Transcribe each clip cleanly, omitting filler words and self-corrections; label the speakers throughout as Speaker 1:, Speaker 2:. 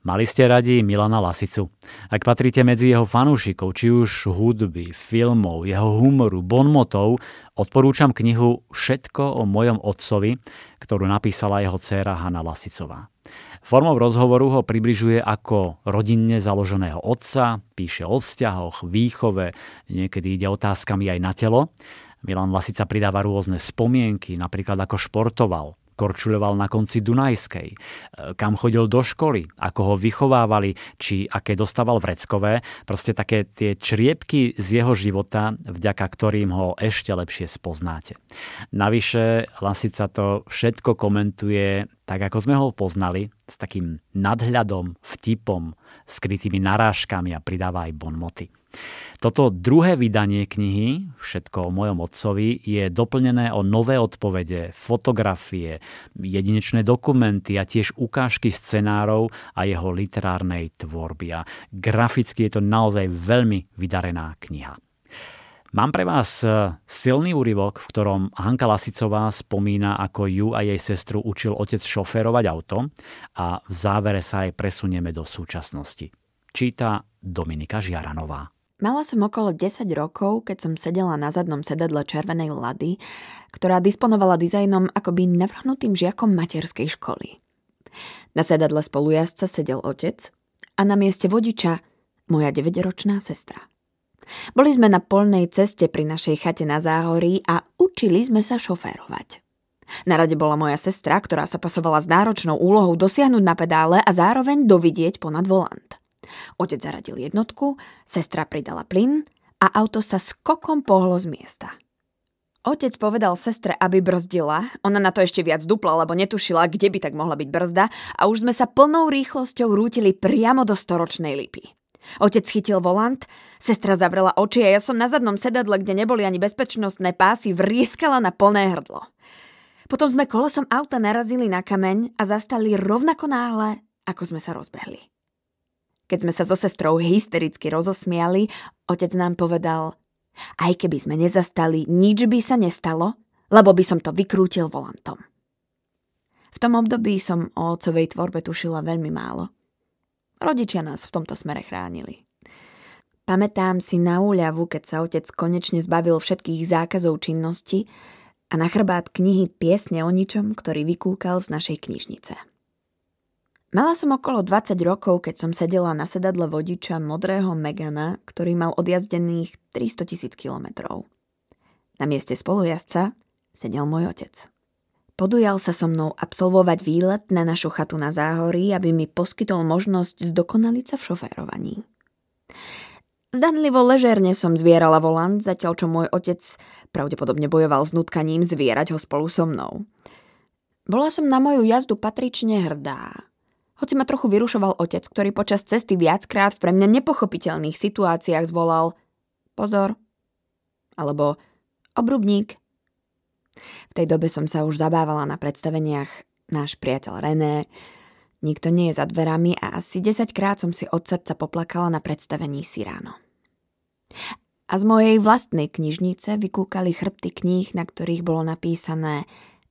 Speaker 1: Mali ste radi Milana Lasicu? Ak patríte medzi jeho fanúšikov, či už hudby, filmov, jeho humoru, bonmotov, odporúčam knihu Všetko o mojom otcovi, ktorú napísala jeho dcéra Hana Lasicová. Formou rozhovoru ho približuje ako rodinne založeného otca, píše o vzťahoch, výchove, niekedy ide otázkami aj na telo. Milan Lasica pridáva rôzne spomienky, napríklad ako športoval, korčuľoval na konci Dunajskej, kam chodil do školy, ako ho vychovávali, či aké dostával vreckové. Proste také tie čriepky z jeho života, vďaka ktorým ho ešte lepšie spoznáte. Navyše Lasica to všetko komentuje tak, ako sme ho poznali, s takým nadhľadom, vtipom, skrytými narážkami a pridáva aj bonmoty. Toto druhé vydanie knihy Všetko o mojom otcovi je doplnené o nové odpovede, fotografie, jedinečné dokumenty a tiež ukážky scenárov a jeho literárnej tvorby. A graficky je to naozaj veľmi vydarená kniha. Mám pre vás silný úryvok, v ktorom Hanka Lasicová spomína, ako ju a jej sestru učil otec šoférovať auto, a v závere sa aj presunieme do súčasnosti. Číta Dominika Žiaranová.
Speaker 2: Mala som okolo 10 rokov, keď som sedela na zadnom sedadle červenej Lady, ktorá disponovala dizajnom akoby navrhnutým žiakom materskej školy. Na sedadle spolujazca sedel otec a na mieste vodiča moja 9-ročná sestra. Boli sme na poľnej ceste pri našej chate na Záhorí a učili sme sa šoférovať. Na rade bola moja sestra, ktorá sa pasovala s náročnou úlohou dosiahnuť na pedále a zároveň dovidieť ponad volant. Otec zaradil jednotku, sestra pridala plyn a auto sa skokom pohlo z miesta. Otec povedal sestre, aby brzdila, ona na to ešte viac dupla, lebo netušila, kde by tak mohla byť brzda, a už sme sa plnou rýchlosťou rútili priamo do storočnej lipy. Otec chytil volant, sestra zavrela oči a ja som na zadnom sedadle, kde neboli ani bezpečnostné pásy, vrieskala na plné hrdlo. Potom sme kolesom auta narazili na kameň a zastali rovnako náhle, ako sme sa rozbehli. Keď sme sa so sestrou hystericky rozosmiali, otec nám povedal: aj keby sme nezastali, nič by sa nestalo, lebo by som to vykrútil volantom. V tom období som o otcovej tvorbe tušila veľmi málo. Rodičia nás v tomto smere chránili. Pamätám si na úľavu, keď sa otec konečne zbavil všetkých zákazov činnosti a na chrbát knihy Piesne o ničom, ktorý vykúkal z našej knižnice. Mala som okolo 20 rokov, keď som sedela na sedadle vodiča modrého Megana, ktorý mal odjazdených 300 000 kilometrov. Na mieste spolujazdca sedel môj otec. Podujal sa so mnou absolvovať výlet na našu chatu na Záhorí, aby mi poskytol možnosť zdokonaliť sa v šoférovaní. Zdanlivo ležerne som zvierala volant, zatiaľ čo môj otec pravdepodobne bojoval s nutkaním zvierať ho spolu so mnou. Bola som na moju jazdu patrične hrdá. Hoci ma trochu vyrušoval otec, ktorý počas cesty viackrát v pre mňa nepochopiteľných situáciách zvolal: pozor, alebo obrubník. V tej dobe som sa už zabávala na predstaveniach Náš priateľ René, Nikto nie je za dverami a asi 10-krát som si od srdca poplakala na predstavení Cyrano. A z mojej vlastnej knižnice vykúkali chrbty kníh, na ktorých bolo napísané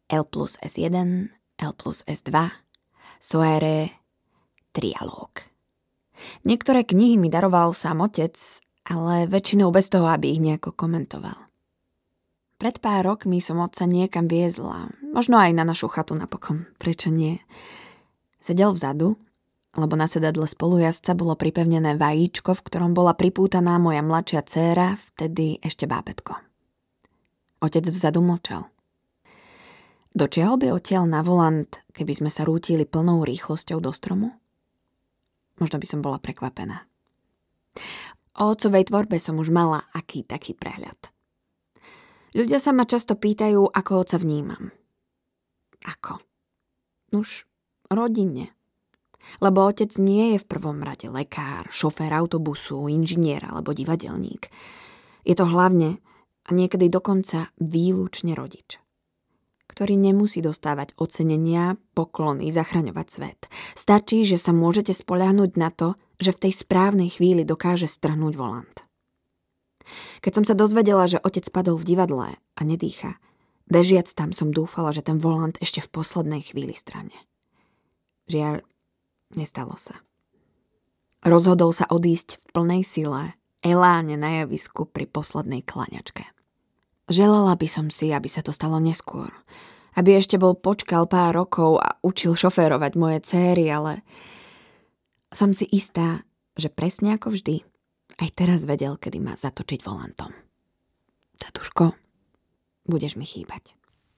Speaker 2: L+S1, L+S2, Soere, Trialóg. Niektoré knihy mi daroval sám otec, ale väčšinou bez toho, aby ich nejako komentoval. Pred pár rokmi som otca niekam viezla, možno aj na našu chatu napokon, prečo nie. Sedel vzadu, lebo na sedadle spolujazdca bolo pripevnené vajíčko, v ktorom bola pripútaná moja mladšia dcéra, vtedy ešte bábätko. Otec vzadu mlčal. Dočiahol by odtiaľ na volant, keby sme sa rútili plnou rýchlosťou do stromu? Možno by som bola prekvapená. O otcovej tvorbe som už mala aký taký prehľad. Ľudia sa ma často pýtajú, ako otca vnímam. Ako? Nuž, rodinne. Lebo otec nie je v prvom rade lekár, šofér autobusu, inžinier alebo divadelník. Je to hlavne a niekedy dokonca výlučne rodič, ktorý nemusí dostávať ocenenia, poklony, zachraňovať svet. Stačí, že sa môžete spoľahnúť na to, že v tej správnej chvíli dokáže strhnúť volant. Keď som sa dozvedela, že otec padol v divadle a nedýcha, bežiac tam som dúfala, že ten volant ešte v poslednej chvíli strane. Žiaľ, nestalo sa. Rozhodol sa odísť v plnej sile, eláne na javisku pri poslednej klaňačke. Želala by som si, aby sa to stalo neskôr. Aby ešte bol počkal pár rokov a učil šoférovať moje céry, ale som si istá, že presne ako vždy, aj teraz vedel, kedy ma zatočiť volantom. Tatuško, budeš mi chýbať.